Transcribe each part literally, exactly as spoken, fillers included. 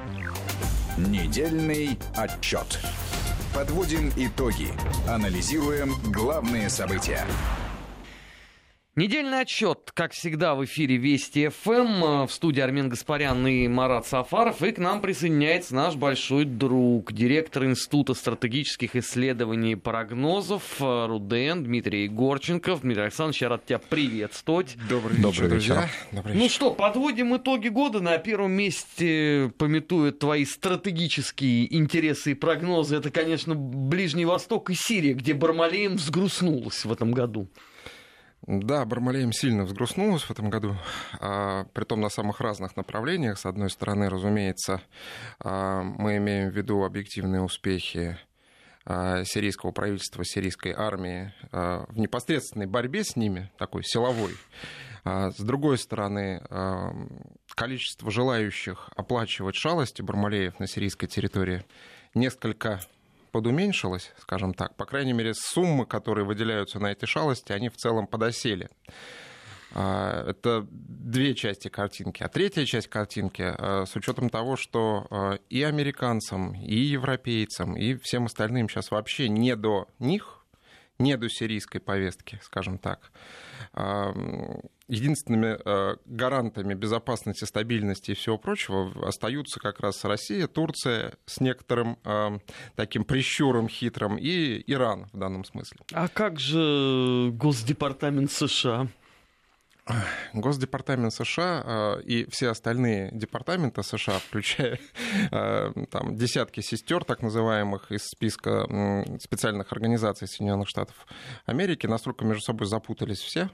Недельный отчет. Подводим итоги. Анализируем главные события. Недельный отчет, как всегда, в эфире Вести ФМ. В студии Армен Гаспарян и Марат Сафаров. И к нам присоединяется наш большой друг, директор Института стратегических исследований и прогнозов РУДН Дмитрий Егорченков. Дмитрий Александрович, я рад тебя приветствовать. Добрый вечер, Добрый друзья. Вечер. Добрый вечер. Ну что, подводим итоги года. На первом месте, памятуя твои стратегические интересы и прогнозы, это, конечно, Ближний Восток и Сирия, где Бармалеем взгрустнулось в этом году. Да, Бармалеем сильно взгрустнулось в этом году, а, притом на самых разных направлениях. С одной стороны, разумеется, а, мы имеем в виду объективные успехи а, сирийского правительства, сирийской армии а, в непосредственной борьбе с ними, такой силовой. А, с другой стороны, а, количество желающих оплачивать шалости Бармалеев на сирийской территории несколько подуменьшилось, скажем так. По крайней мере, суммы, которые выделяются на эти шалости, они в целом подосели. Это две части картинки. А третья часть картинки, с учетом того, что и американцам, и европейцам, и всем остальным сейчас вообще не до них, не до сирийской повестки, скажем так. Единственными гарантами безопасности, стабильности и всего прочего остаются как раз Россия, Турция с некоторым таким прищуром хитрым и Иран в данном смысле. А как же Госдепартамент США? Госдепартамент США и все остальные департаменты США, включая там, десятки сестер, так называемых, из списка специальных организаций Соединенных Штатов Америки, настолько между собой запутались все,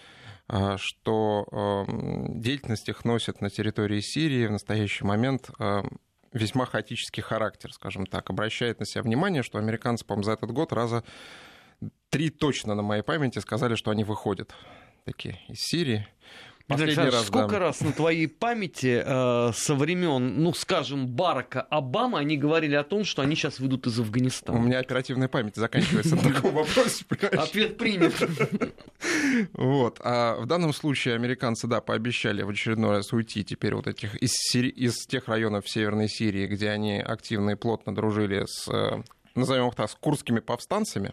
что деятельность их носит на территории Сирии в настоящий момент весьма хаотический характер, скажем так. Обращает на себя внимание, что американцы, по-моему, за этот год раза три точно на моей памяти сказали, что они выходят такие из Сирии. Последний раз, сколько да. раз на твоей памяти э, со времен, ну, скажем, Барака Обамы они говорили о том, что они сейчас выйдут из Афганистана? У меня оперативная память заканчивается на таком вопросе. Ответ принят. Вот. А в данном случае американцы, да, пообещали в очередной раз уйти теперь вот этих из, Сири... из тех районов Северной Сирии, где они активно и плотно дружили с, назовем их так, с курдскими повстанцами.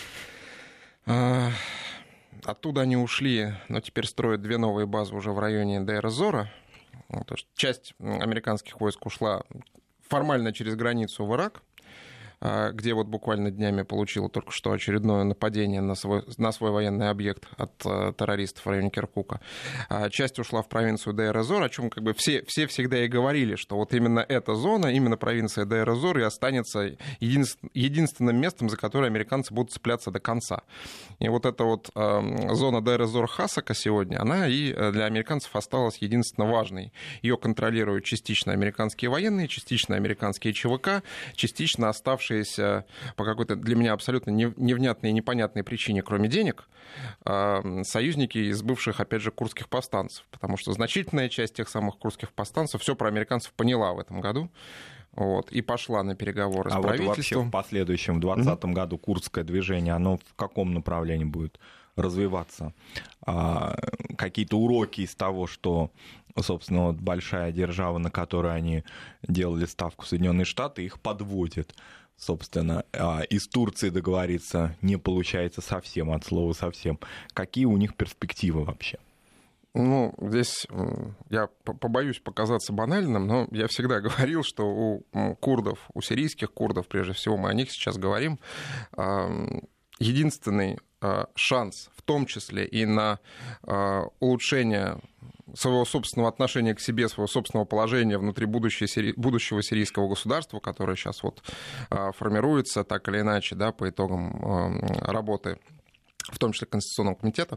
Оттуда они ушли, но теперь строят две новые базы уже в районе Дейр-эз-Зора. Часть американских войск ушла формально через границу в Ирак, где вот буквально днями получила только что очередное нападение на свой, на свой военный объект от террористов в районе Киркука. Часть ушла в провинцию Дейр-эз-Зор, о чем как бы все, все всегда и говорили, что вот именно эта зона, именно провинция Дейр-эз-Зор и останется единствен, единственным местом, за которое американцы будут цепляться до конца. И вот эта вот э, зона Дейр-эз-Зор-Хасака сегодня, она и для американцев осталась единственно важной. Ее контролируют частично американские военные, частично американские ЧВК, частично оставшиеся по какой-то для меня абсолютно невнятной и непонятной причине, кроме денег, союзники из бывших, опять же, курдских повстанцев. Потому что значительная часть тех самых курдских повстанцев все про американцев поняла в этом году. Вот, и пошла на переговоры а с правительством. А вот вообще в последующем, в двадцатом mm-hmm. году, курдское движение, оно в каком направлении будет развиваться? А, какие-то уроки из того, что, собственно, вот большая держава, на которую они делали ставку, Соединенные Штаты, их подводит. Собственно, из Турции договориться не получается совсем, от слова совсем. Какие у них перспективы вообще? Ну, здесь я побоюсь показаться банальным, но я всегда говорил, что у курдов, у сирийских курдов, прежде всего, мы о них сейчас говорим, единственный шанс, в том числе и на улучшение своего собственного отношения к себе, своего собственного положения внутри будущего, будущего сирийского государства, которое сейчас вот формируется так или иначе, да, по итогам работы, в том числе Конституционного комитета.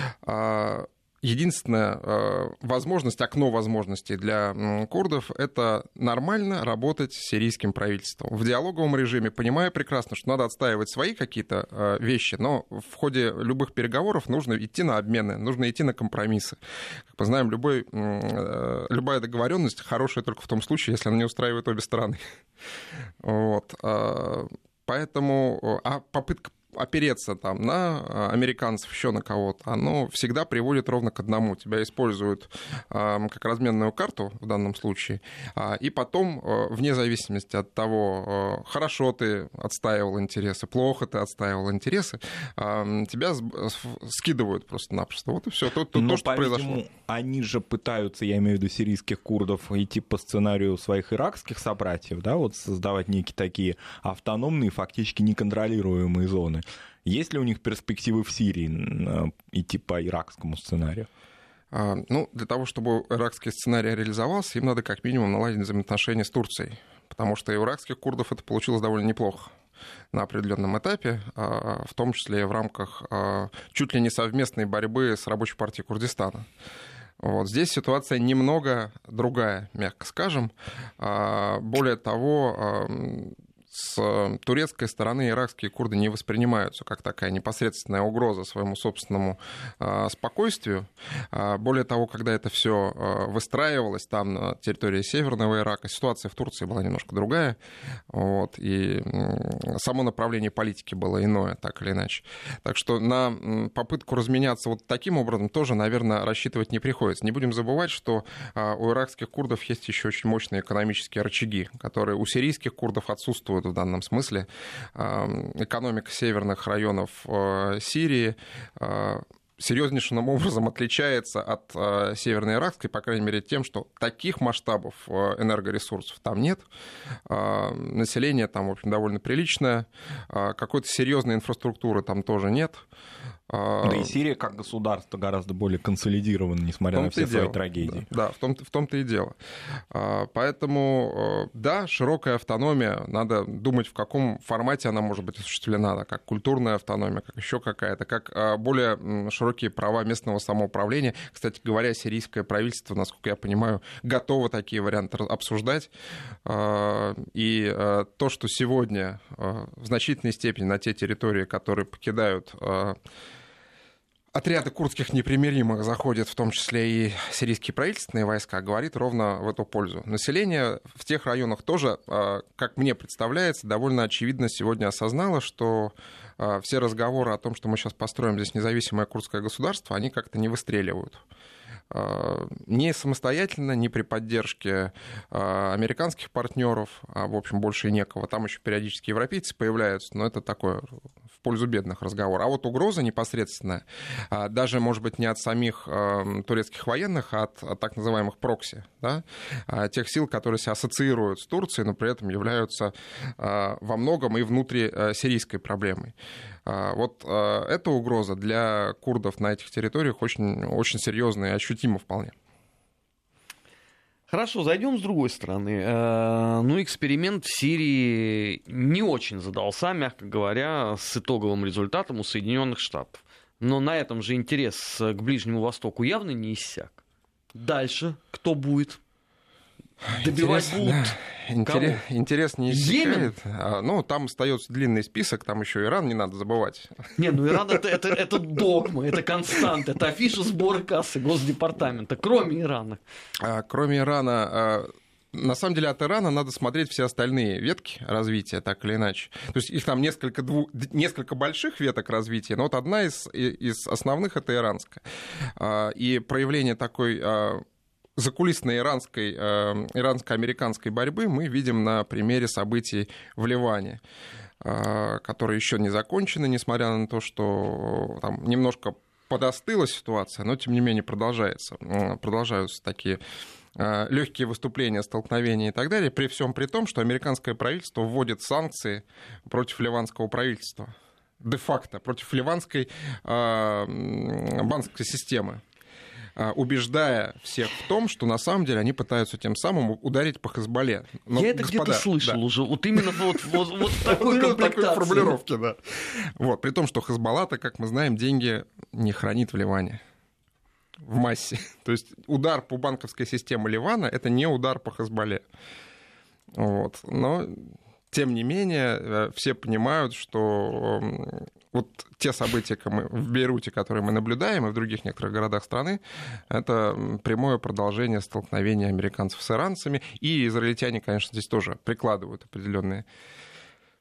Единственная возможность, окно возможностей для курдов — это нормально работать с сирийским правительством в диалоговом режиме, понимая прекрасно, что надо отстаивать свои какие-то вещи, но в ходе любых переговоров нужно идти на обмены, нужно идти на компромиссы. Как мы знаем, любой, любая договоренность хорошая только в том случае, если она не устраивает обе стороны. Вот. Поэтому а попытка опереться там на американцев, еще на кого-то, оно всегда приводит ровно к одному. Тебя используют как разменную карту в данном случае, и потом, вне зависимости от того, хорошо ты отстаивал интересы, плохо ты отстаивал интересы, тебя скидывают просто-напросто. Вот и все. То, то, Но, то, что произошло. Они же пытаются, я имею в виду сирийских курдов, идти по сценарию своих иракских собратьев, да, вот создавать некие такие автономные, фактически неконтролируемые зоны. Есть ли у них перспективы в Сирии идти по иракскому сценарию? Ну, для того, чтобы иракский сценарий реализовался, им надо как минимум наладить взаимоотношения с Турцией, потому что и у иракских курдов это получилось довольно неплохо на определенном этапе, в том числе и в рамках чуть ли не совместной борьбы с Рабочей партией Курдистана. Вот здесь ситуация немного другая, мягко скажем. Более того, с турецкой стороны иракские курды не воспринимаются как такая непосредственная угроза своему собственному э, спокойствию. А более того, когда это все э, выстраивалось там на территории Северного Ирака, ситуация в Турции была немножко другая. Вот, и э, само направление политики было иное, так или иначе. Так что на попытку разменяться вот таким образом тоже, наверное, рассчитывать не приходится. Не будем забывать, что э, у иракских курдов есть еще очень мощные экономические рычаги, которые у сирийских курдов отсутствуют в данном смысле. Экономика северных районов Сирии серьезнейшим образом отличается от северной иракской, по крайней мере, тем, что таких масштабов энергоресурсов там нет. Население там, в общем, довольно приличное. Какой-то серьезной инфраструктуры там тоже нет. Да и Сирия как государство гораздо более консолидировано, несмотря на все свои трагедии. Да, да в, том, в том-то и дело. Поэтому, да, широкая автономия, надо думать, в каком формате она может быть осуществлена, как культурная автономия, как еще какая-то, как более широкие права местного самоуправления. Кстати говоря, сирийское правительство, насколько я понимаю, готово такие варианты обсуждать. И то, что сегодня в значительной степени на те территории, которые покидают отряды курдских непримиримых, заходят в том числе и сирийские правительственные войска, говорит ровно в эту пользу. Население в тех районах тоже, как мне представляется, довольно очевидно сегодня осознало, что все разговоры о том, что мы сейчас построим здесь независимое курдское государство, они как-то не выстреливают. Не самостоятельно, не при поддержке американских партнеров, а, в общем, больше и некого. Там еще периодически европейцы появляются, но это такое в пользу бедных разговор. А вот угроза непосредственная, даже, может быть, не от самих турецких военных, а от, от так называемых прокси, да? Тех сил, которые себя ассоциируют с Турцией, но при этом являются во многом и внутрисирийской проблемой. Вот эта угроза для курдов на этих территориях очень, очень серьезная и ощутима вполне. Хорошо, зайдем с другой стороны. Ну, эксперимент в Сирии не очень задался, мягко говоря, с итоговым результатом у Соединенных Штатов. Но на этом же интерес к Ближнему Востоку явно не иссяк. Дальше кто будет? Добивать будут? Интерес, интерес не иссякает. Йемен? Ну, там остается длинный список, там еще Иран, не надо забывать. Не, ну Иран это, это, это догма, это константа, это афиша сбора кассы Госдепартамента, кроме Ирана. А, кроме Ирана... На самом деле от Ирана надо смотреть все остальные ветки развития, так или иначе. То есть их там несколько, дву... несколько больших веток развития, но вот одна из, из основных — это иранская. И проявление такой закулисной иранской, иранско-американской борьбы мы видим на примере событий в Ливане, которые еще не закончены, несмотря на то, что там немножко подостыла ситуация, но тем не менее продолжается, продолжаются такие легкие выступления, столкновения и так далее, при всем при том, что американское правительство вводит санкции против ливанского правительства, де-факто, против ливанской э, банковской системы, э, убеждая всех в том, что на самом деле они пытаются тем самым ударить по Хезболле. Но, Я это господа, где-то слышал да. уже, вот именно вот, вот, вот в такой комплектации. Формулировке, да. Вот, при том, что Хезболла-то, как мы знаем, деньги не хранит в Ливане. В массе. То есть удар по банковской системе Ливана — это не удар по Хезболле. Вот. Но, тем не менее, все понимают, что вот те события в Бейруте, которые мы наблюдаем, и в других некоторых городах страны, это прямое продолжение столкновения американцев с иранцами. И израильтяне, конечно, здесь тоже прикладывают определенные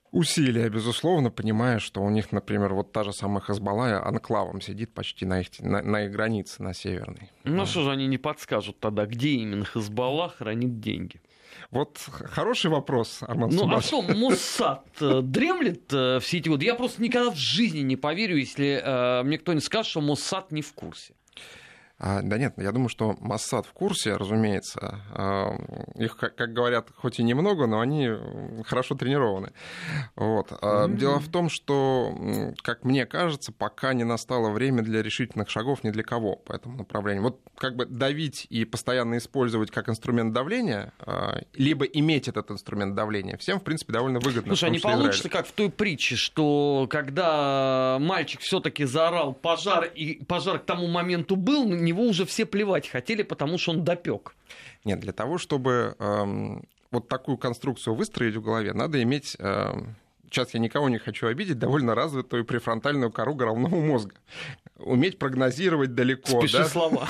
Усилия, безусловно, понимая, что у них, например, вот та же самая Хезболла анклавом сидит почти на их, на, на их границе, на северной. Ну что же они не подскажут тогда, где именно Хезболла хранит деньги? Вот хороший вопрос, Арман Ну Сумач. а что, Моссад дремлет в сети? Вот я просто никогда в жизни не поверю, если э, мне кто-нибудь скажет, что Моссад не в курсе. А, да нет, я думаю, что Моссад в курсе, разумеется. Их, как, как говорят, хоть и немного, но они хорошо тренированы. Вот. Mm-hmm. Дело в том, что, как мне кажется, пока не настало время для решительных шагов ни для кого по этому направлению. Вот как бы давить и постоянно использовать как инструмент давления, либо иметь этот инструмент давления, всем, в принципе, довольно выгодно. Слушай, а не получится, как в той притче, что когда мальчик все-таки заорал пожар, и пожар к тому моменту был, на него уже все плевать хотели, потому что он допек. Нет, для того, чтобы эм, вот такую конструкцию выстроить в голове, надо иметь... Эм, сейчас я никого не хочу обидеть, довольно развитую префронтальную кору головного мозга. Уметь прогнозировать далеко. Спеши да? слова.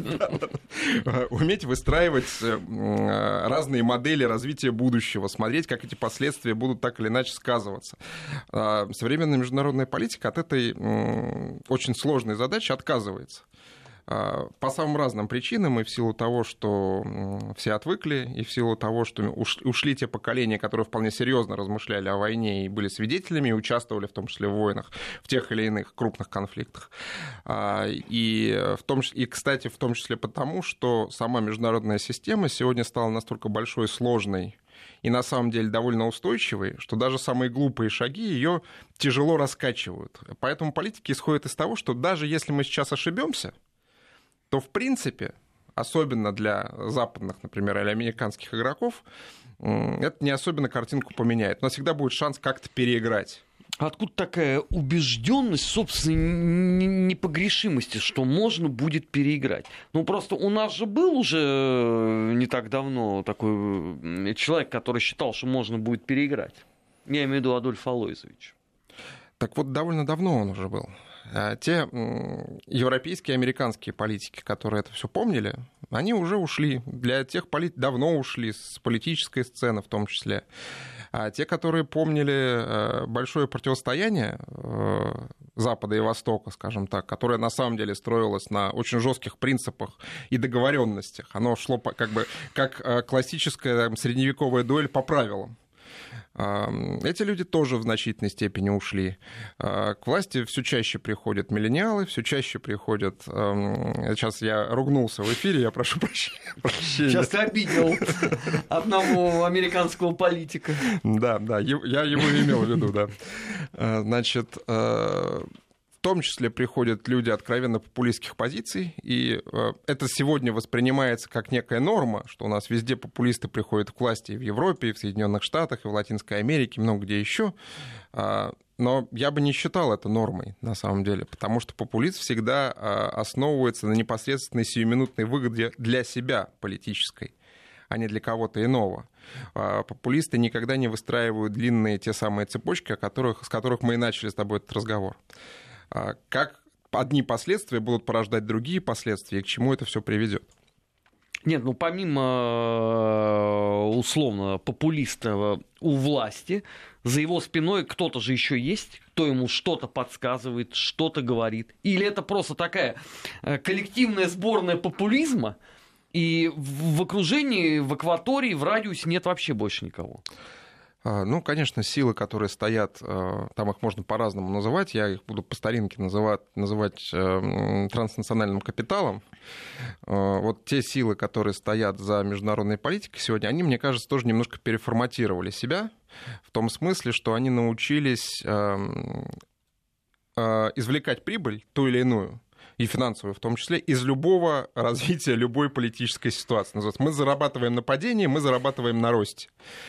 Уметь выстраивать разные модели развития будущего, смотреть, как эти последствия будут так или иначе сказываться. Современная международная политика от этой очень сложной задачи отказывается. По самым разным причинам, и в силу того, что все отвыкли, и в силу того, что ушли те поколения, которые вполне серьезно размышляли о войне и были свидетелями, и участвовали в том числе в войнах, в тех или иных крупных конфликтах. И, в том, и, кстати, в том числе потому, что сама международная система сегодня стала настолько большой и сложной, и на самом деле довольно устойчивой, что даже самые глупые шаги ее тяжело раскачивают. Поэтому политики исходят из того, что даже если мы сейчас ошибемся, то, в принципе, особенно для западных, например, или американских игроков, это не особенно картинку поменяет. Но всегда будет шанс как-то переиграть. Откуда такая убежденность собственной непогрешимости, что можно будет переиграть? Ну, просто у нас же был уже не так давно такой человек, который считал, что можно будет переиграть. Я имею в виду Адольф Алойзович. Так вот, довольно давно он уже был. Те европейские и американские политики, которые это все помнили, они уже ушли. Для тех политиков давно ушли с политической сцены в том числе. А те, которые помнили большое противостояние Запада и Востока, скажем так, которое на самом деле строилось на очень жестких принципах и договоренностях, оно шло как бы как классическая там, средневековая дуэль по правилам. Эти люди тоже в значительной степени ушли. К власти все чаще приходят миллениалы, все чаще приходят... Сейчас я ругнулся в эфире, я прошу прощения. Сейчас ты обидел одного американского политика. Да, да, я его имел в виду, да. Значит... В том числе приходят люди откровенно популистских позиций, и это сегодня воспринимается как некая норма, что у нас везде популисты приходят к власти и в Европе, и в Соединенных Штатах, и в Латинской Америке, много где еще. Но я бы не считал это нормой, на самом деле, потому что популизм всегда основывается на непосредственной сиюминутной выгоде для себя политической, а не для кого-то иного. Популисты никогда не выстраивают длинные те самые цепочки, о которых, с которых мы и начали с тобой этот разговор. Как одни последствия будут порождать другие последствия, и к чему это все приведет? Нет, ну помимо условно популиста у власти, за его спиной кто-то же еще есть, кто ему что-то подсказывает, что-то говорит. Или это просто такая коллективная сборная популизма, и в окружении, в акватории, в радиусе нет вообще больше никого? Ну, конечно, силы, которые стоят, там их можно по-разному называть, я их буду по старинке называть, называть транснациональным капиталом. Вот те силы, которые стоят за международной политикой сегодня, они, мне кажется, тоже немножко переформатировали себя, в том смысле, что они научились извлекать прибыль, ту или иную, и финансовую в том числе, из любого развития любой политической ситуации. Мы зарабатываем на падении, мы зарабатываем на росте.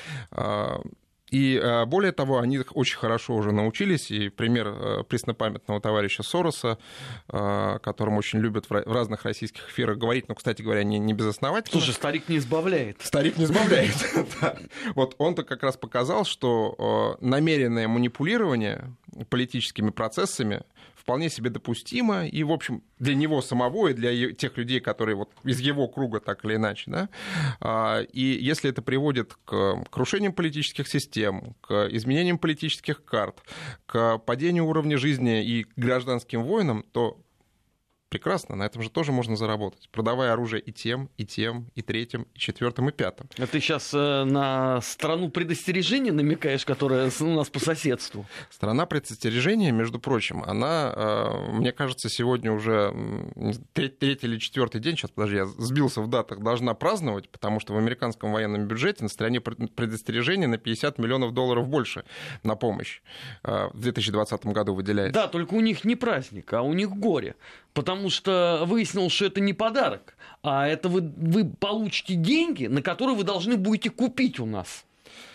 И более того, они очень хорошо уже научились, и пример преснопамятного товарища Сороса, которым очень любят в разных российских эфирах говорить, но, кстати говоря, не, не безосновательно. Слушай, старик не избавляет. Старик не избавляет, да. Вот он-то как раз показал, что намеренное манипулирование политическими процессами вполне себе допустимо, и, в общем, для него самого, и для тех людей, которые вот из его круга так или иначе, да, и если это приводит к крушению политических систем, к изменениям политических карт, к падению уровня жизни и к гражданским войнам, то прекрасно, на этом же тоже можно заработать, продавая оружие и тем, и тем, и третьим, и четвертым, и пятым. А ты сейчас э, на страну предостережения намекаешь, которая у нас по соседству? Страна предостережения, между прочим, она, э, мне кажется, сегодня уже третий, третий или четвертый день, сейчас, подожди, я сбился в датах, должна праздновать, потому что в американском военном бюджете на стране предостережения на пятьдесят миллионов долларов больше на помощь э, в две тысячи двадцатом году выделяется. Да, только у них не праздник, а у них горе. Потому что выяснилось, что это не подарок, а это вы, вы получите деньги, на которые вы должны будете купить у нас.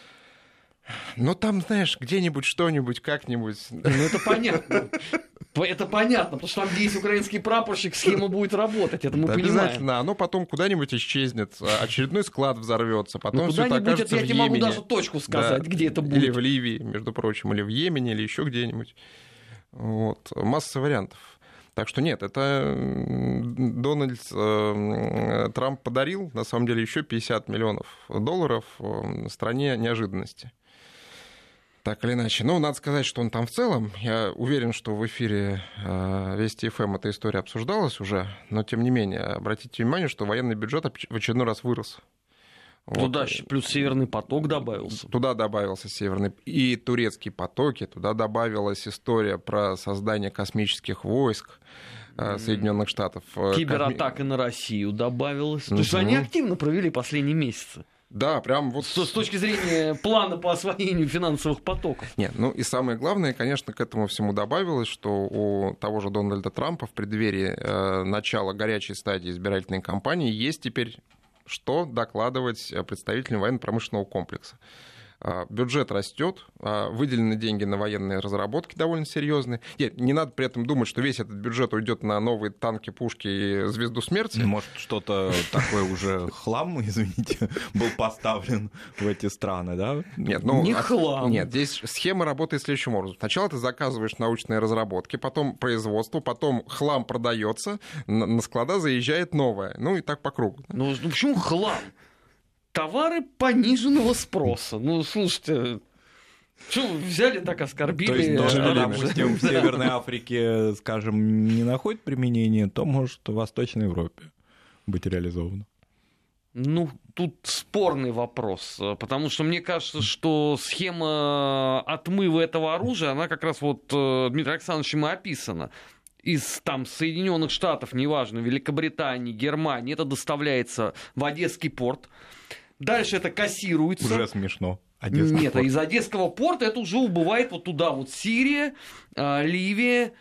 Ну, там, знаешь, где-нибудь что-нибудь, как-нибудь. Ну, это понятно. Это понятно, потому что там, где есть украинский прапорщик, схема будет работать, это мы да, понимаем. Обязательно, оно потом куда-нибудь исчезнет, очередной склад взорвется, потом ну, все это окажется это, в я Йемене. Я тебе могу даже точку сказать, да, где это будет. Или в Ливии, между прочим, или в Йемене, или еще где-нибудь. Вот. Масса вариантов. Так что нет, это Дональд э, Трамп подарил, на самом деле, еще пятьдесят миллионов долларов стране неожиданности. Так или иначе. Ну, надо сказать, что он там в целом. Я уверен, что в эфире э, Вести эф эм эта история обсуждалась уже, но тем не менее, обратите внимание, что военный бюджет в очередной раз вырос. Туда вот. Плюс Северный поток добавился. Туда добавился Северный и турецкие потоки, туда добавилась история про создание космических войск mm-hmm. Соединенных Штатов. Кибератака Косми... на Россию добавилась. Mm-hmm. То есть они активно провели последние месяцы. Да, прям вот... С, с точки зрения плана по освоению финансовых потоков. Нет, ну и самое главное, конечно, к этому всему добавилось, что у того же Дональда Трампа в преддверии э, начала горячей стадии избирательной кампании есть теперь что докладывать представителям военно-промышленного комплекса. Бюджет растет, выделены деньги на военные разработки довольно серьезные. Нет, не надо при этом думать, что весь этот бюджет уйдет на новые танки, пушки и звезду смерти. Может, что-то такое уже хлам, извините, был поставлен в эти страны, да? Нет, ну, не хлам. Нет, здесь схема работает следующим образом. Сначала ты заказываешь научные разработки, потом производство, потом хлам продается, на склада заезжает новое. Ну и так по кругу. Ну, ну почему хлам? Товары пониженного спроса. Ну, слушайте, что взяли, так оскорбили. То есть, то, что, допустим, в Северной Африке, скажем, не находит применения, то может в Восточной Европе быть реализовано. Ну, тут спорный вопрос, потому что мне кажется, что схема отмыва этого оружия, она как раз вот Дмитрием Александровичем и описана. Из там Соединенных Штатов, неважно, Великобритании, Германии, это доставляется в Одесский порт. Дальше это кассируется. Уже смешно. Одесский Нет, порт. из Одесского порта это уже убывает вот туда, вот Сирия, Ливия,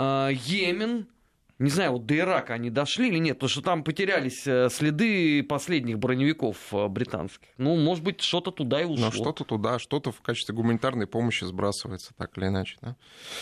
Йемен. Не знаю, вот до Ирака они дошли или нет, потому что там потерялись следы последних броневиков британских. Ну, может быть, что-то туда и ушло. Ну, что-то туда, что-то в качестве гуманитарной помощи сбрасывается, так или иначе, да?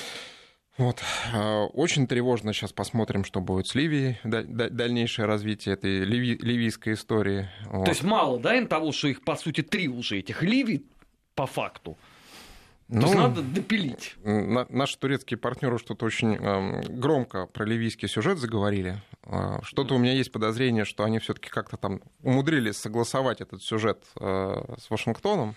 Вот. Очень тревожно. Сейчас посмотрим, что будет с Ливией. Дальнейшее развитие этой ливи... ливийской истории. Вот. То есть мало, да, им того, что их, по сути, три уже, этих Ливий, по факту? Ну, То есть надо допилить. На, наши турецкие партнеры что-то очень э, громко про ливийский сюжет заговорили. Э, что-то у меня есть подозрение, что они все-таки как-то там умудрились согласовать этот сюжет э, с Вашингтоном.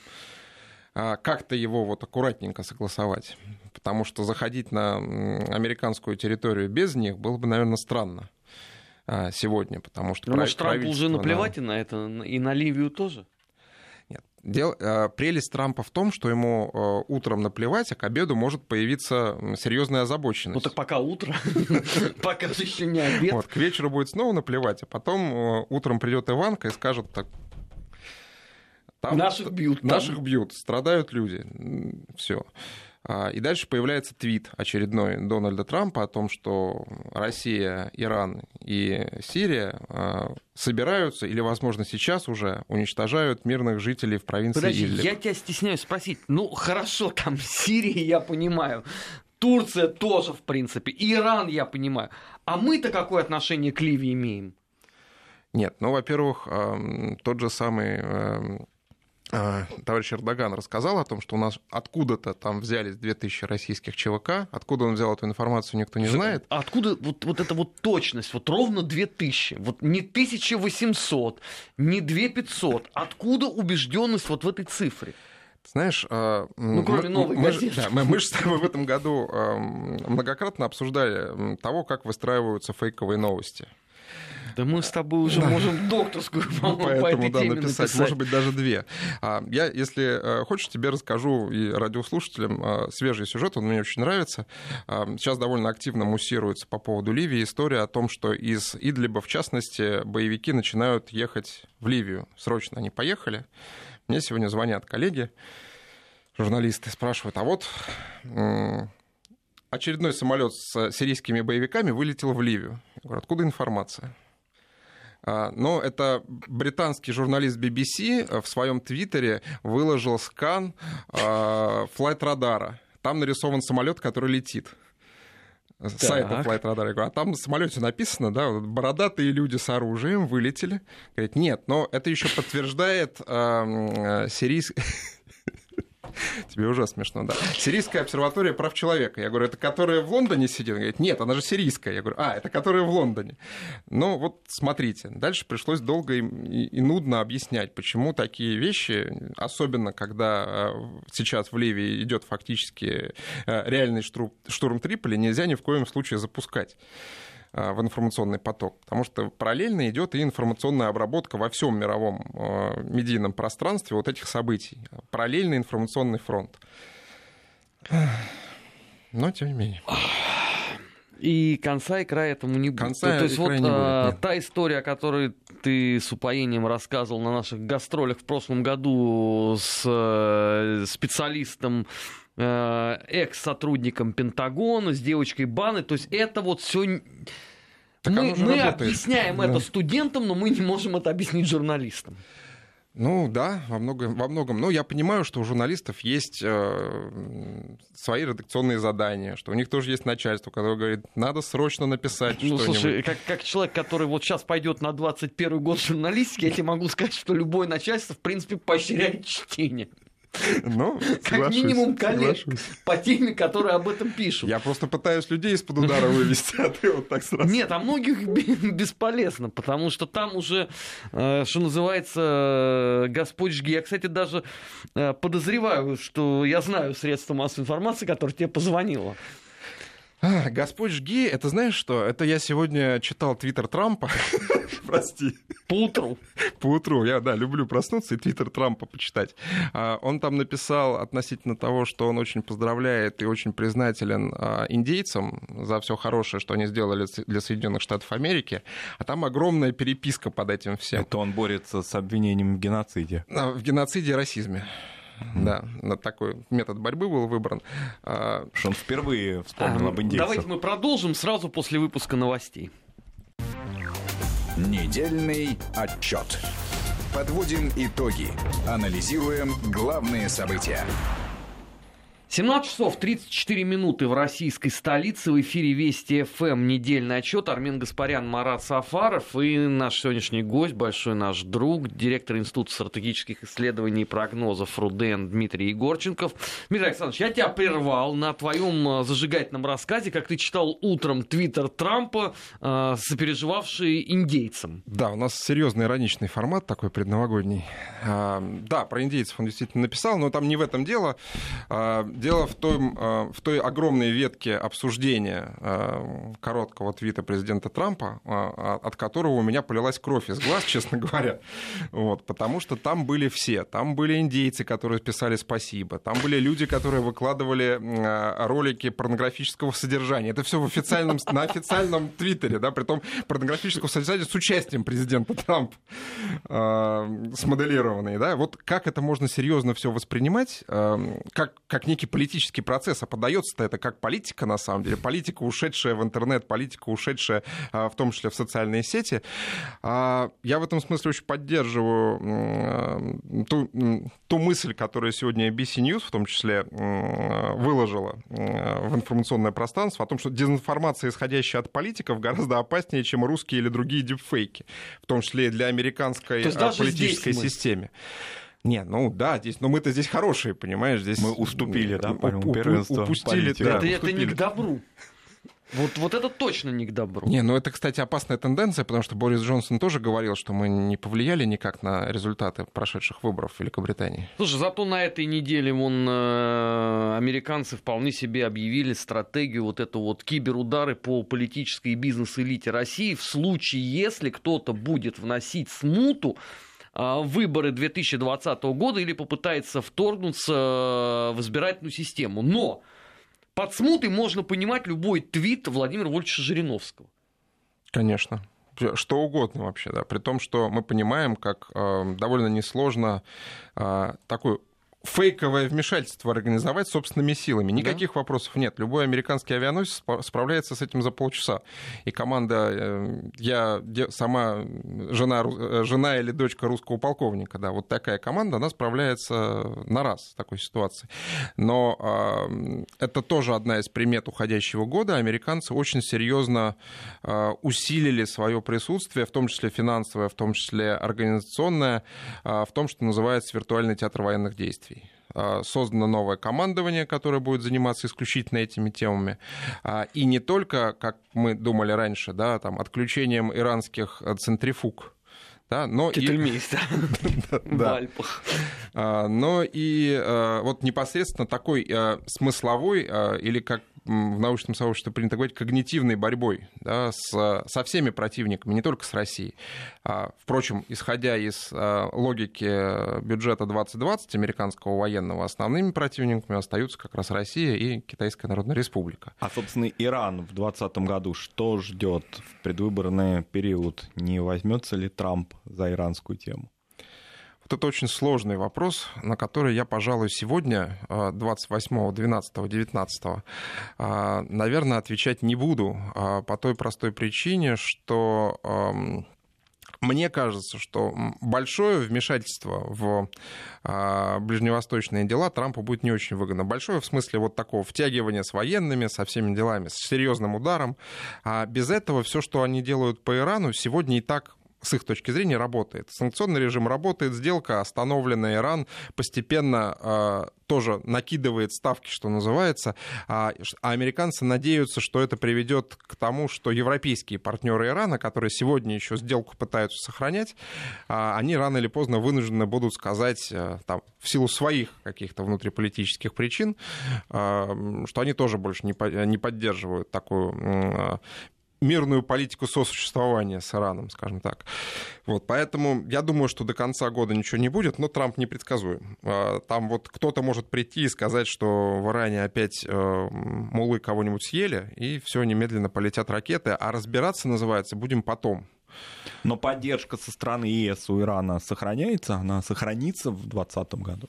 Как-то его вот аккуратненько согласовать, потому что заходить на американскую территорию без них было бы, наверное, странно сегодня, потому что... Ну, может, Трампу уже наплевать да. и на это, и на Ливию тоже? Нет. Дело, прелесть Трампа в том, что ему утром наплевать, а к обеду может появиться серьезная озабоченность. Ну так пока утро, пока же еще не обед. Вот, к вечеру будет снова наплевать, а потом утром придет Иванка и скажет так... Там наших бьют. Наших там. бьют, страдают люди. Все. И дальше появляется твит очередной Дональда Трампа о том, что Россия, Иран и Сирия собираются или, возможно, сейчас уже уничтожают мирных жителей в провинции Подожди, Идлиб. Я тебя стесняюсь спросить. Ну, хорошо, там Сирия, я понимаю. Турция тоже, в принципе. Иран, я понимаю. А мы-то какое отношение к Ливии имеем? Нет, ну, во-первых, тот же самый товарищ Эрдоган рассказал о том, что у нас откуда-то там взялись две тысячи российских ЧВК. Откуда он взял эту информацию, никто не знает. А откуда вот, вот эта вот точность? Вот ровно две тысячи. Вот не тысяча восемьсот, не две тысячи пятьсот. Откуда убежденность вот в этой цифре? Знаешь, ну, кроме новой мы, газеты. Да, мы, мы же с тобой в этом году многократно обсуждали того, как выстраиваются фейковые новости. Да мы с тобой уже да. можем докторскую, по-моему, Поэтому, по этой да, теме написать, написать. Может быть, даже две. Я, если хочешь, тебе расскажу и радиослушателям свежий сюжет, он мне очень нравится. Сейчас довольно активно муссируется по поводу Ливии история о том, что из Идлиба, в частности, боевики начинают ехать в Ливию. Срочно они поехали. Мне сегодня звонят коллеги, журналисты, спрашивают, а вот очередной самолет с сирийскими боевиками вылетел в Ливию. Я говорю, откуда информация? Но это британский журналист би би си в своем твиттере выложил скан флайт-радара. Там нарисован самолет, который летит. С сайта флайт-радара. Я говорю, а там на самолете написано, да, вот, бородатые люди с оружием вылетели. Говорит, нет, но это еще подтверждает э, сирийский... Тебе уже смешно, да. Сирийская обсерватория прав человека. Я говорю, это которая в Лондоне сидит? Он говорит, нет, она же сирийская. Я говорю, а, это которая в Лондоне. Ну, вот смотрите. Дальше пришлось долго и, и нудно объяснять, почему такие вещи, особенно когда сейчас в Ливии идет фактически реальный штурм, штурм Триполи, нельзя ни в коем случае запускать в информационный поток, потому что параллельно идет и информационная обработка во всем мировом медийном пространстве вот этих событий. Параллельный информационный фронт. Но тем не менее. И конца и края этому не будет. Конца То есть вот не будет, та история, о которой ты с упоением рассказывал на наших гастролях в прошлом году с специалистом, экс-сотрудником Пентагона, с девочкой Баны, то есть это вот все... Мы, мы объясняем да. это студентам, но мы не можем это объяснить журналистам. Ну да, во многом, во многом. Но я понимаю, что у журналистов есть э, свои редакционные задания, что у них тоже есть начальство, которое говорит, надо срочно написать ну, что-нибудь. Слушай, как, как человек, который вот сейчас пойдет на двадцать первый год журналистики, я тебе могу сказать, что любое начальство, в принципе, поощряет чтение. Ну, как минимум коллег по теме, которые об этом пишут. Я просто пытаюсь людей из-под удара вывести, а ты вот так сразу. Нет, а многих бесполезно, потому что там уже, что называется, Господь жги. Я, кстати, даже подозреваю, что я знаю средства массовой информации, которое тебе позвонило. А, Господь жги, это знаешь что? Это я сегодня читал твиттер Трампа. Прости. По утру. По утру. Я, да, люблю проснуться и твиттер Трампа почитать. Он там написал относительно того, что он очень поздравляет и очень признателен индейцам за все хорошее, что они сделали для Соединенных Штатов Америки. А там огромная переписка под этим всем. Это он борется с обвинением в геноциде. В геноциде и расизме. Да, такой метод борьбы был выбран. Что он впервые вспомнил а, об индейцах. Давайте мы продолжим сразу после выпуска новостей. Недельный отчет. Подводим итоги. Анализируем главные события. семнадцать часов тридцать четыре минуты в российской столице. В эфире Вести ФМ. Недельный отчет. Армен Гаспарян, Марат Сафаров. И наш сегодняшний гость, большой наш друг, директор Института стратегических исследований и прогнозов РУДН Дмитрий Егорченков. Дмитрий Александрович, я тебя прервал на твоем зажигательном рассказе, как ты читал утром твиттер Трампа, сопереживавший индейцам. Да, у нас серьезный ироничный формат такой предновогодний. Да, про индейцев он действительно написал, но там не в этом дело. Дело в той, в той огромной ветке обсуждения короткого твита президента Трампа, от которого у меня полилась кровь из глаз, честно говоря. Вот, потому что там были все. Там были индейцы, которые писали спасибо. Там были люди, которые выкладывали ролики порнографического содержания. Это все в официальном, на официальном твиттере, да, притом порнографического содержания с участием президента Трампа смоделированные. Да. Вот как это можно серьезно все воспринимать, как, как некий политический процесс, а подается-то это как политика, на самом деле, политика, ушедшая в интернет, политика, ушедшая в том числе в социальные сети. Я в этом смысле очень поддерживаю ту, ту мысль, которую сегодня эй би си News в том числе выложила в информационное пространство, о том, что дезинформация, исходящая от политиков, гораздо опаснее, чем русские или другие дипфейки, в том числе и для американской политической системы. Не, ну да, здесь, но мы-то здесь хорошие, понимаешь, здесь... Мы уступили, да, по у, первенству упустили, это, да, уступили. это не к добру. Вот, вот это точно не к добру. Не, ну это, кстати, опасная тенденция, потому что Борис Джонсон тоже говорил, что мы не повлияли никак на результаты прошедших выборов в Великобритании. Слушай, зато на этой неделе вон, э, американцы вполне себе объявили стратегию, вот эту вот киберудары по политической и бизнес-элите России в случае, если кто-то будет вносить смуту э, в выборы две тысячи двадцатого года или попытается вторгнуться в избирательную систему. Но под смутой можно понимать любой твит Владимира Вольфовича Жириновского. Конечно. Что угодно вообще, да. При том, что мы понимаем, как э, довольно несложно э, такой фейковое вмешательство организовать собственными силами. Никаких да? вопросов нет. Любой американский авианосец справляется с этим за полчаса. И команда, я сама жена, жена или дочка русского полковника, да, вот такая команда, она справляется на раз в такой ситуации. Но э, это тоже одна из примет уходящего года. Американцы очень серьезно э, усилили свое присутствие, в том числе финансовое, в том числе организационное, э, в том, что называется виртуальный театр военных действий. Создано новое командование, которое будет заниматься исключительно этими темами. И не только, как мы думали раньше, да, там, отключением иранских центрифуг, да, но и... в Альпах. Но и вот непосредственно такой смысловой, или как в научном сообществе принято говорить, когнитивной борьбой, да, с, со всеми противниками, не только с Россией. А, впрочем, исходя из а, логики бюджета двадцать двадцать американского военного, основными противниками остаются как раз Россия и Китайская Народная Республика. А, собственно, Иран в двадцатом году что ждет в предвыборный период? Не возьмется ли Трамп за иранскую тему? Вот это очень сложный вопрос, на который я, пожалуй, сегодня, двадцать восьмого, двенадцатого, девятнадцатого, наверное, отвечать не буду по той простой причине, что мне кажется, что большое вмешательство в ближневосточные дела Трампу будет не очень выгодно. Большое в смысле вот такого втягивания с военными, со всеми делами, с серьезным ударом. А без этого все, что они делают по Ирану, сегодня и так с их точки зрения работает. Санкционный режим работает, сделка остановлена, Иран постепенно э, тоже накидывает ставки, что называется, а, а американцы надеются, что это приведет к тому, что европейские партнеры Ирана, которые сегодня еще сделку пытаются сохранять, э, они рано или поздно вынуждены будут сказать, э, там, в силу своих каких-то внутриполитических причин, э, что они тоже больше не, по, не поддерживают такую э, мирную политику сосуществования с Ираном, скажем так. Вот, поэтому я думаю, что до конца года ничего не будет, но Трамп непредсказуем. Там вот кто-то может прийти и сказать, что в Иране опять муллы кого-нибудь съели, и все, немедленно полетят ракеты, а разбираться, называется, будем потом. Но поддержка со стороны ЕС у Ирана сохраняется? Она сохранится в двадцатом году?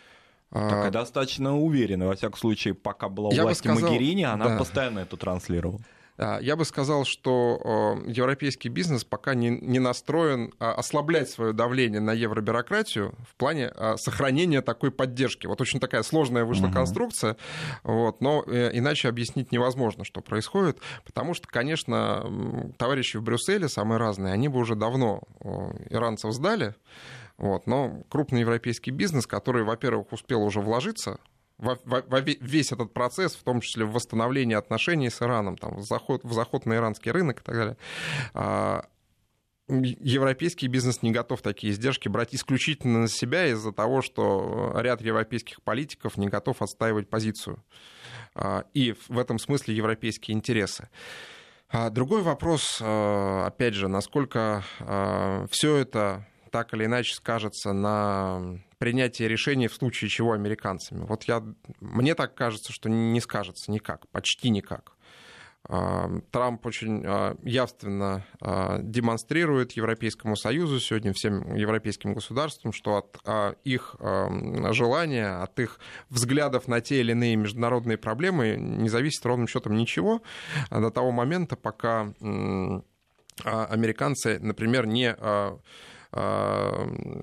Такая достаточно уверенная. Во всяком случае, пока была у власти Могерини, она да. постоянно это транслировала. Я бы сказал, что европейский бизнес пока не, не настроен ослаблять свое давление на евробюрократию в плане сохранения такой поддержки. Вот очень такая сложная вышла uh-huh. конструкция, вот, но иначе объяснить невозможно, что происходит, потому что, конечно, товарищи в Брюсселе, самые разные, они бы уже давно иранцев сдали, вот, но крупный европейский бизнес, который, во-первых, успел уже вложиться Во, во, во весь этот процесс, в том числе в восстановлении отношений с Ираном, там, в, заход, в заход на иранский рынок и так далее, а, европейский бизнес не готов такие издержки брать исключительно на себя из-за того, что ряд европейских политиков не готов отстаивать позицию. А, и в этом смысле европейские интересы. А другой вопрос, опять же, насколько все это так или иначе скажется на принятие решений в случае чего американцами. Вот я, мне так кажется, что не скажется никак, почти никак. Трамп очень явственно демонстрирует Европейскому Союзу, сегодня всем европейским государствам, что от их желания, от их взглядов на те или иные международные проблемы не зависит ровным счетом ничего до того момента, пока американцы, например, не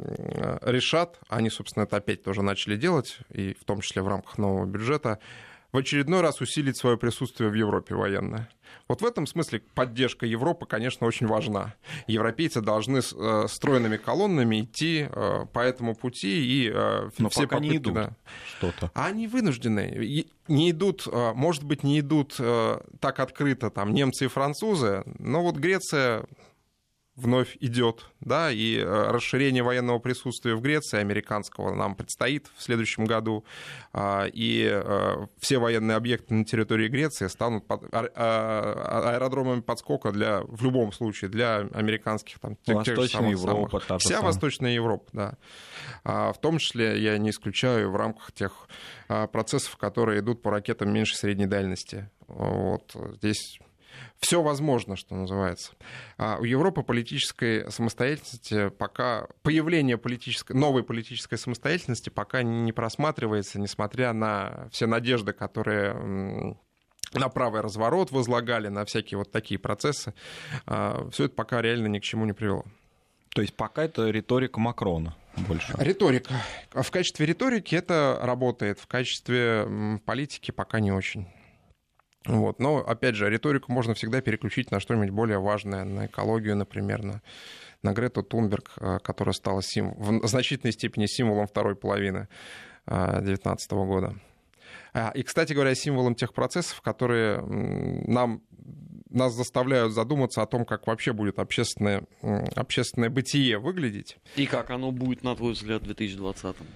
решат, они, собственно, это опять тоже начали делать, и в том числе в рамках нового бюджета, в очередной раз усилить свое присутствие в Европе военное. Вот в этом смысле поддержка Европы, конечно, очень важна. Европейцы должны стройными колоннами идти по этому пути, и Но все пока попытки... не идут да. что-то. А они вынуждены. Не идут, может быть, не идут так открыто там немцы и французы, но вот Греция вновь идет, да, и расширение военного присутствия в Греции, американского, нам предстоит в следующем году, и все военные объекты на территории Греции станут под, аэродромами подскока для, в любом случае, для американских, там, тех, тех же самых, Европа, самых, вся Восточная Европа, да. В том числе, я не исключаю, в рамках тех процессов, которые идут по ракетам меньшей средней дальности. Вот здесь... Все возможно, что называется. А у Европы политической самостоятельности пока... Появление политической, новой политической самостоятельности пока не просматривается, несмотря на все надежды, которые на правый разворот возлагали, на всякие вот такие процессы. Все это пока реально ни к чему не привело. То есть пока это риторика Макрона больше? Риторика. В качестве риторики это работает, в качестве политики пока не очень. Вот. Но, опять же, риторику можно всегда переключить на что-нибудь более важное, на экологию, например, на, на Грету Тунберг, которая стала сим... в значительной степени символом второй половины две тысячи девятнадцатого года. И, кстати говоря, символом тех процессов, которые нам, нас заставляют задуматься о том, как вообще будет общественное, общественное бытие выглядеть. И как оно будет, на твой взгляд, в две тысячи двадцатом?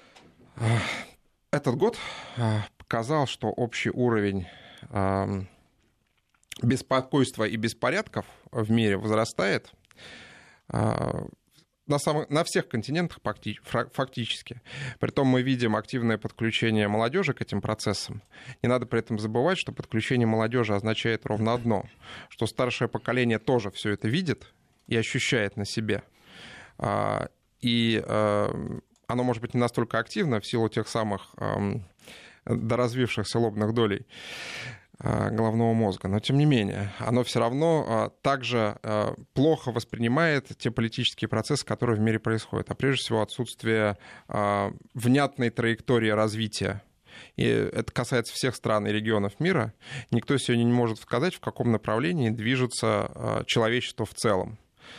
Этот год показал, что общий уровень беспокойства и беспорядков в мире возрастает на, самых, на всех континентах фактически. Притом мы видим активное подключение молодежи к этим процессам. Не надо при этом забывать, что подключение молодежи означает ровно одно, что старшее поколение тоже все это видит и ощущает на себе. И оно может быть не настолько активно в силу тех самых доразвившихся лобных долей головного мозга, но тем не менее, оно все равно также плохо воспринимает те политические процессы, которые в мире происходят, а прежде всего отсутствие внятной траектории развития. И это касается всех стран и регионов мира. Никто сегодня не может сказать, в каком направлении движется человечество в целом.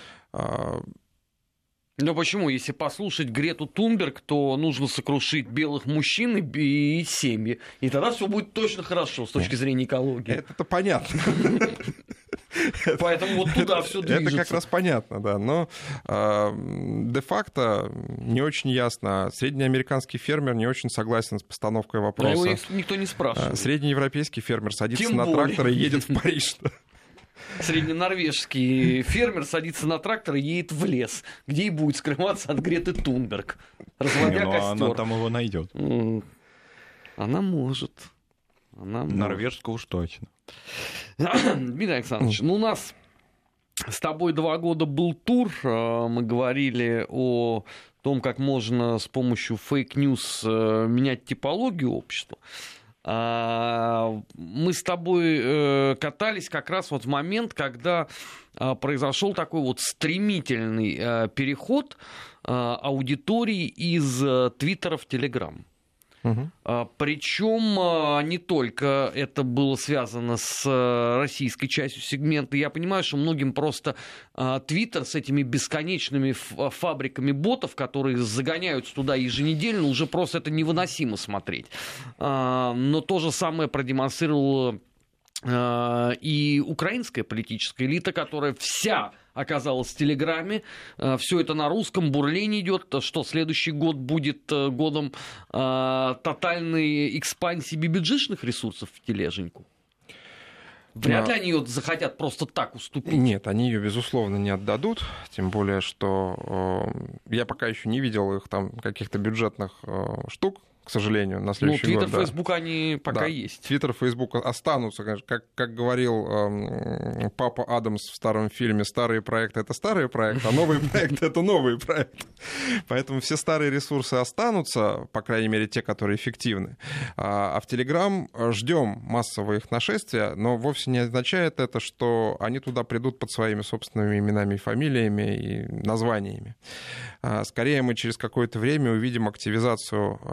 Но почему? Если послушать Грету Тунберг, то нужно сокрушить белых мужчин и семьи. И тогда все будет точно хорошо с точки зрения экологии. Это-то понятно. Поэтому вот туда все движется. Это как раз понятно, да. Но де-факто не очень ясно. Среднеамериканский фермер не очень согласен с постановкой вопроса. Его никто не спрашивает. Среднеевропейский фермер садится на трактор и едет в Париж. Средненорвежский фермер садится на трактор и едет в лес, где и будет скрываться от Греты Тунберг, разводя ну, костер. Она там его найдет. Она может. Она Норвежскую уж точно. Дмитрий Александрович, ну у нас с тобой два года был тур. Мы говорили о том, как можно с помощью фейк-ньюс менять типологию общества. Мы с тобой катались как раз вот в момент, когда произошел такой вот стремительный переход аудитории из Твиттера в Телеграм. Угу. Причем не только это было связано с российской частью сегмента. Я понимаю, что многим просто Твиттер с этими бесконечными фабриками ботов, которые загоняются туда еженедельно, уже просто это невыносимо смотреть. Но то же самое продемонстрировало и украинская политическая элита, которая вся оказалась в Телеграме. Все это на русском, бурление идет, что следующий год будет годом тотальной экспансии бибиджишных ресурсов в тележеньку. Вряд ли они ее захотят просто так уступить. Нет, они ее, безусловно, не отдадут. Тем более, что э, я пока еще не видел их там каких-то бюджетных э, штук, к сожалению, на следующий ну, год. Ну, Твиттер, Фейсбук, да. Они пока да. есть. Твиттер, Фейсбук останутся, как, как говорил э, папа Адамс в старом фильме, старые проекты — это старые проекты, а новые проекты — это новые проекты. Поэтому все старые ресурсы останутся, по крайней мере, те, которые эффективны. А в Телеграм ждем массового их нашествия, но вовсе не означает это, что они туда придут под своими собственными именами и фамилиями и названиями. Скорее мы через какое-то время увидим активизацию сетки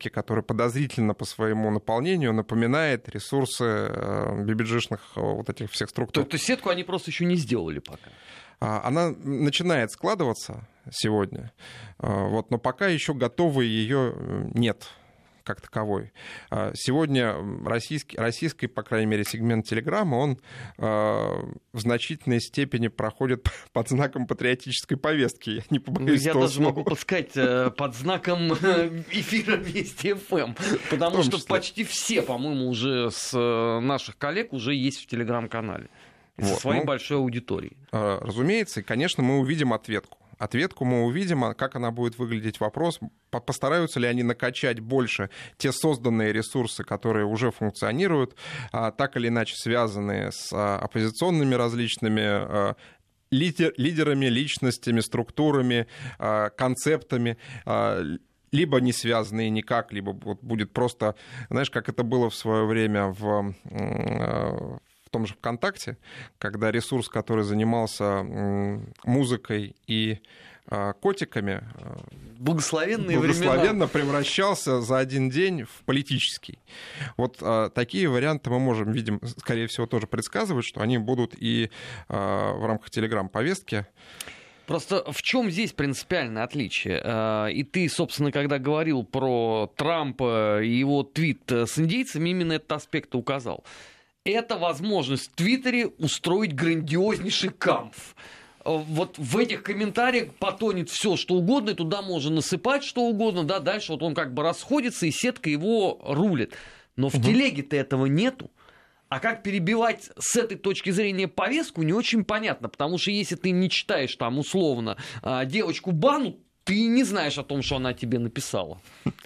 повестки, который подозрительно по своему наполнению напоминает ресурсы би би джи-шных вот этих всех структур. То, то сетку они просто еще не сделали пока? Она начинает складываться сегодня, вот, но пока еще готовой ее нет как таковой. Сегодня российский, российский, по крайней мере, сегмент Телеграма, он в значительной степени проходит под знаком патриотической повестки. Я не побоюсь Я того даже слова. могу подсказать под знаком эфира Вести эф эм, потому что числе. почти все, по-моему, уже с наших коллег уже есть в Телеграм-канале. Со Вот, своей ну, большой аудиторией. Разумеется, и, конечно, мы увидим ответку. Ответку мы увидим, а как она будет выглядеть, вопрос, постараются ли они накачать больше те созданные ресурсы, которые уже функционируют, так или иначе связанные с оппозиционными различными лидерами, личностями, структурами, концептами, либо не связанные никак, либо вот будет просто, знаешь, как это было в свое время в... в том же ВКонтакте, когда ресурс, который занимался музыкой и котиками, Благословенные благословенно времена. превращался за один день в политический. Вот а, такие варианты мы можем, видим, скорее всего, тоже предсказывать, что они будут и а, в рамках Телеграм-повестки. Просто в чем здесь принципиальное отличие? И ты, собственно, когда говорил про Трампа и его твит с индейцами, именно этот аспект указал. Это возможность в Твиттере устроить грандиознейший кампф. Вот в этих комментариях потонет все, что угодно, и туда можно насыпать что угодно, да, дальше вот он как бы расходится, и сетка его рулит. Но в угу. телеге-то этого нету. А как перебивать с этой точки зрения повестку, не очень понятно, потому что если ты не читаешь там условно девочку бану, ты не знаешь о том, что она тебе написала.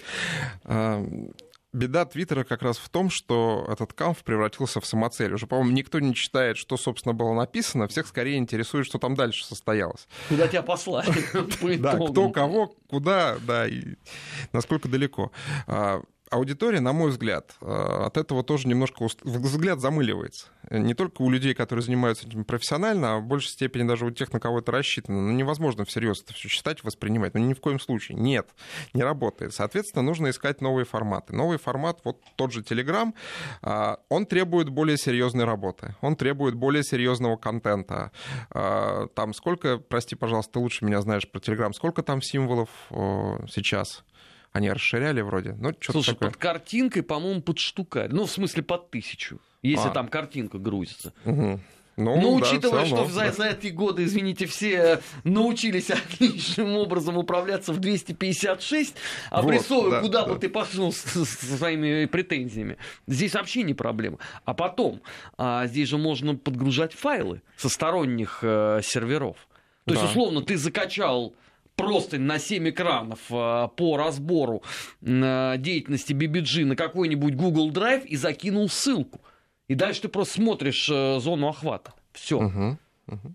Беда Твиттера как раз в том, что этот кампф превратился в самоцель. Уже, по-моему, никто не читает, что, собственно, было написано. Всех скорее интересует, что там дальше состоялось. Куда тебя послали? Да, кто, кого, куда, да, и насколько далеко. Аудитория, на мой взгляд, от этого тоже немножко взгляд замыливается. Не только у людей, которые занимаются этим профессионально, а в большей степени даже у тех, на кого это рассчитано. Ну, невозможно всерьез это все читать, воспринимать. Ну, ни в коем случае. Нет, не работает. Соответственно, нужно искать новые форматы. Новый формат, вот тот же Telegram, он требует более серьезной работы. Он требует более серьезного контента. Там сколько, прости, пожалуйста, ты лучше меня знаешь про Telegram, сколько там символов сейчас? Они расширяли вроде. Ну, слушай, такое. Под картинкой, по-моему, под штукарь. Ну, в смысле, под тысячу. Если а. там картинка грузится. Угу. Ну, ну, учитывая, да, что равно, за, да. за эти годы, извините, все научились отличным образом управляться в двести пятьдесят шесть, обрисовывая, вот, да, куда да. бы ты пошел с, с своими претензиями. Здесь вообще не проблема. А потом, а, здесь же можно подгружать файлы со сторонних а, серверов. То да. есть, условно, ты закачал... просто на семь экранов э, по разбору э, деятельности би би джи на какой-нибудь Google Drive и закинул ссылку. И дальше ты просто смотришь э, зону охвата. Все. Угу, угу.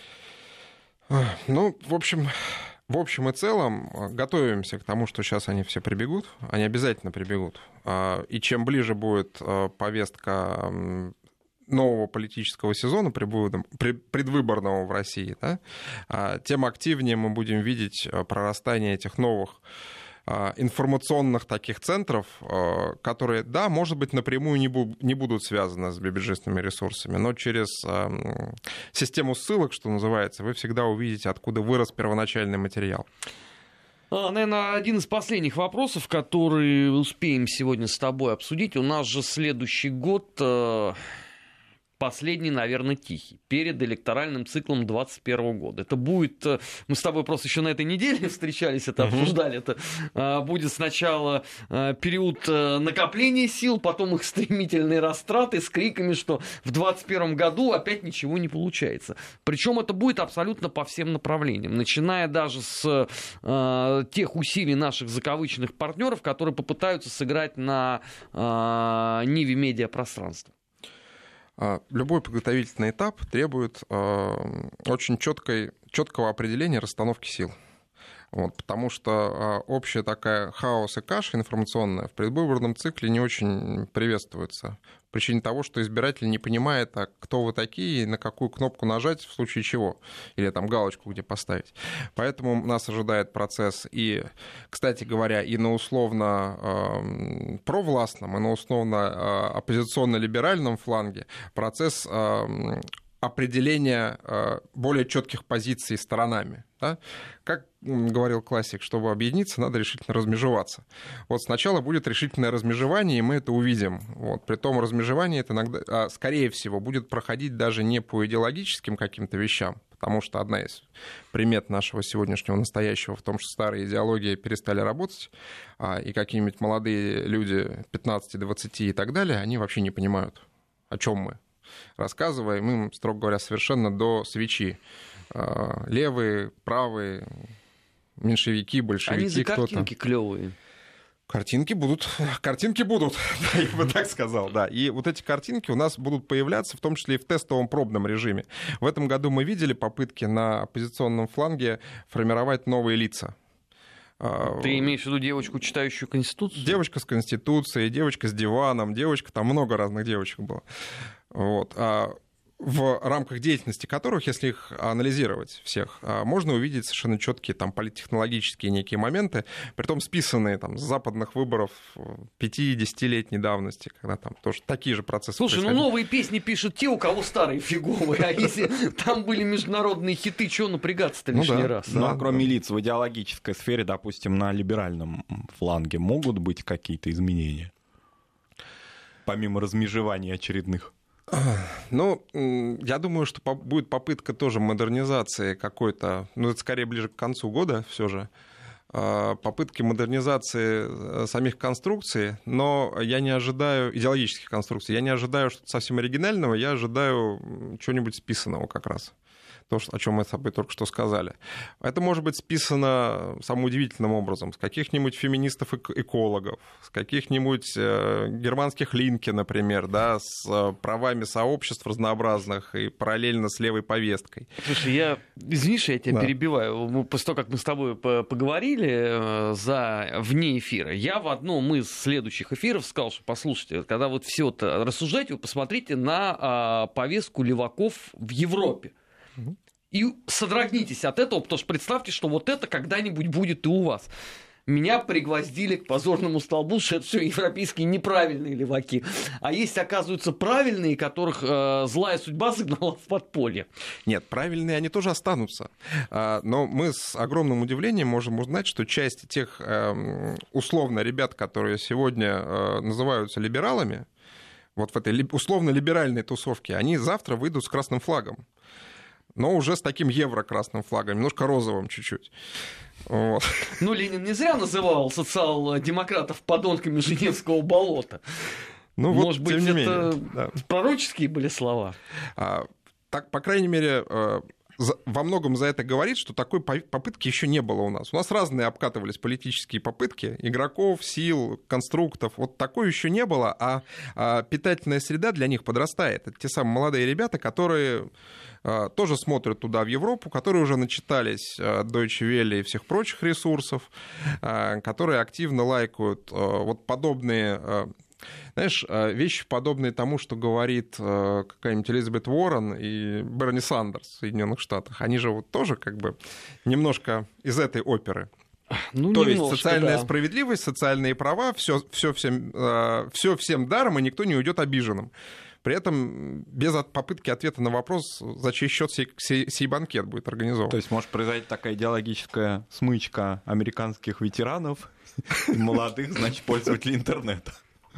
Ну, в общем, в общем и целом, готовимся к тому, что сейчас они все прибегут. Они обязательно прибегут. И чем ближе будет повестка нового политического сезона предвыборного в России, да, тем активнее мы будем видеть прорастание этих новых информационных таких центров, которые, да, может быть, напрямую не, бу- не будут связаны с би би джи-шными ресурсами, но через систему ссылок, что называется, вы всегда увидите, откуда вырос первоначальный материал. Наверное, один из последних вопросов, который успеем сегодня с тобой обсудить. У нас же следующий год... Последний, наверное, тихий, перед электоральным циклом двадцать первого года. Это будет, мы с тобой просто еще на этой неделе встречались, это обсуждали, это будет сначала период накопления сил, потом их стремительные растраты с криками, что в двадцать первом году опять ничего не получается. Причем это будет абсолютно по всем направлениям, начиная даже с э, тех усилий наших закавыченных партнеров, которые попытаются сыграть на э, ниве медиапространства. Любой подготовительный этап требует э, очень четкой, четкого определения расстановки сил. Вот, потому что общая такая хаос и каша информационная в предвыборном цикле не очень приветствуется. По причине того, что избиратель не понимает, а кто вы такие и на какую кнопку нажать в случае чего. Или там галочку где поставить. Поэтому нас ожидает процесс и, кстати говоря, и на условно э, провластном, и на условно э, оппозиционно-либеральном фланге процесс э, определения э, более четких позиций сторонами. Да? Как говорил классик, чтобы объединиться, надо решительно размежеваться. Вот сначала будет решительное размежевание, и мы это увидим. Вот. При том размежевание это иногда, скорее всего, будет проходить даже не по идеологическим каким-то вещам, потому что одна из примет нашего сегодняшнего настоящего в том, что старые идеологии перестали работать, и какие-нибудь молодые люди пятнадцати двадцати и так далее, они вообще не понимают, о чем мы рассказываем им, строго говоря, совершенно до свечи. Левые, правые, меньшевики, большевики. Они за кто-то. Картинки клевые. Картинки будут, картинки будут, я бы так сказал, да. И вот эти картинки у нас будут появляться, в том числе и в тестовом пробном режиме. В этом году мы видели попытки на оппозиционном фланге формировать новые лица. Ты имеешь в виду девочку, читающую Конституцию? Девочка с Конституцией, девочка с диваном, девочка, там много разных девочек было. Вот. В рамках деятельности которых, если их анализировать всех, можно увидеть совершенно четкие там, политтехнологические некие моменты, притом списанные там, с западных выборов пяти-десятилетней давности, когда там тоже такие же процессы Слушай, происходили. ну новые песни пишут те, у кого старые фиговые, а если там были международные хиты, чего напрягаться-то лишний ну, да. раз? Ну, а кроме лиц в идеологической сфере, допустим, на либеральном фланге могут быть какие-то изменения? Помимо размежевания очередных? Ну, я думаю, что будет попытка тоже модернизации какой-то, ну, это скорее ближе к концу года все же, попытки модернизации самих конструкций, но я не ожидаю, идеологических конструкций, я не ожидаю что-то совсем оригинального, я ожидаю чего-нибудь списанного как раз. То, о чем мы с тобой только что сказали. Это может быть списано самым удивительным образом с каких-нибудь феминистов-экологов, с каких-нибудь э, германских линки, например, да, с правами сообществ разнообразных и параллельно с левой повесткой. Слушай, я, извини, что я тебя да. перебиваю. После того, как мы с тобой поговорили за вне эфира, я в одном из следующих эфиров сказал, что послушайте, когда вот все это рассуждаете, вы посмотрите на а, повестку леваков в Европе. И содрогнитесь от этого, потому что представьте, что вот это когда-нибудь будет и у вас. Меня пригвоздили к позорному столбу, что это все европейские неправильные леваки. А есть, оказывается, правильные, которых э, злая судьба загнала в подполье. Нет, правильные они тоже останутся. Но мы с огромным удивлением можем узнать, что часть тех условно ребят, которые сегодня называются либералами, вот в этой условно-либеральной тусовке, они завтра выйдут с красным флагом. Но уже с таким евро-красным флагом, немножко розовым чуть-чуть. Вот. Ну, Ленин не зря называл социал-демократов подонками Женевского болота. Ну, Может вот, быть, тем не это менее, да. пророческие были слова? А, так, по крайней мере, за, во многом за это говорит, что такой попытки еще не было у нас. У нас разные обкатывались политические попытки игроков, сил, конструктов. Вот такой еще не было, а, а питательная среда для них подрастает. Это те самые молодые ребята, которые тоже смотрят туда, в Европу, которые уже начитались Deutsche Welle и всех прочих ресурсов, которые активно лайкают вот подобные, знаешь, вещи, подобные тому, что говорит какая-нибудь Элизабет Уоррен и Берни Сандерс в Соединенных Штатах. Они же вот тоже как бы немножко из этой оперы. Ну, То немножко, есть социальная да. справедливость, социальные права, все, все, всем, все всем даром, и никто не уйдет обиженным. При этом без попытки ответа на вопрос, за чей счет сей, сей, сей банкет будет организован. То есть может произойти такая идеологическая смычка американских ветеранов и молодых, значит, пользователей интернета.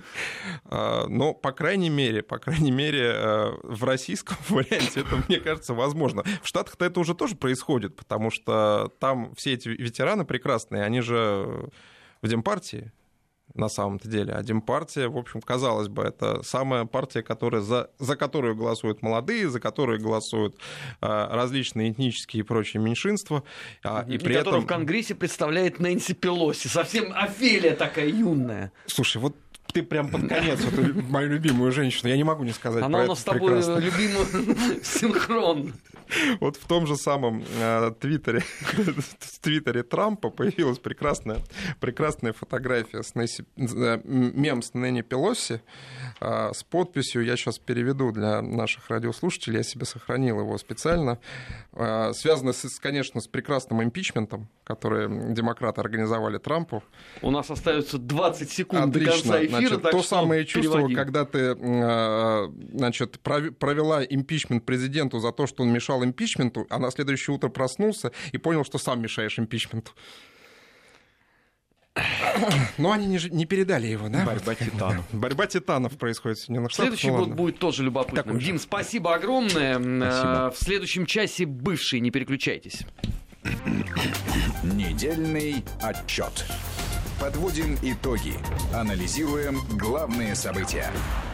Но, по крайней мере, по крайней мере, в российском варианте это, мне кажется, возможно. В Штатах-то это уже тоже происходит, потому что там все эти ветераны прекрасные, они же в Демпартии. На самом-то деле. А Демпартия, в общем, казалось бы, это самая партия, которая за, за которую голосуют молодые, за которую голосуют а, различные этнические и прочие меньшинства. А, и, и при которую этом... в Конгрессе представляет Нэнси Пелоси. Совсем Офелия такая юная. Слушай, вот ты прям под конец эту мою любимую женщину. Я не могу не сказать. Она у нас с тобой любимый синхрон. Вот в том же самом э, твиттере, в твиттере Трампа появилась прекрасная, прекрасная фотография с Нэнси, э, мем с Нэнни Пелоси э, с подписью, я сейчас переведу для наших радиослушателей, я себе сохранил его специально, э, связано, с, конечно, с прекрасным импичментом, который демократы организовали Трампу. У нас остается двадцать секунд Отлично. До конца эфира. Значит, так то что самое чувство, переводим. когда ты значит, провела импичмент президенту за то, что он мешал импичменту, а на следующее утро проснулся и понял, что сам мешаешь импичменту. Но они не, не передали его, да? Борьба титанов. Борьба титанов происходит сегодня на Штатах. Следующий ну, год ладно. будет тоже любопытным. Такой же. Дим, спасибо огромное. Спасибо. В следующем часе бывший, не переключайтесь. Недельный отчет. Подводим итоги. Анализируем главные события.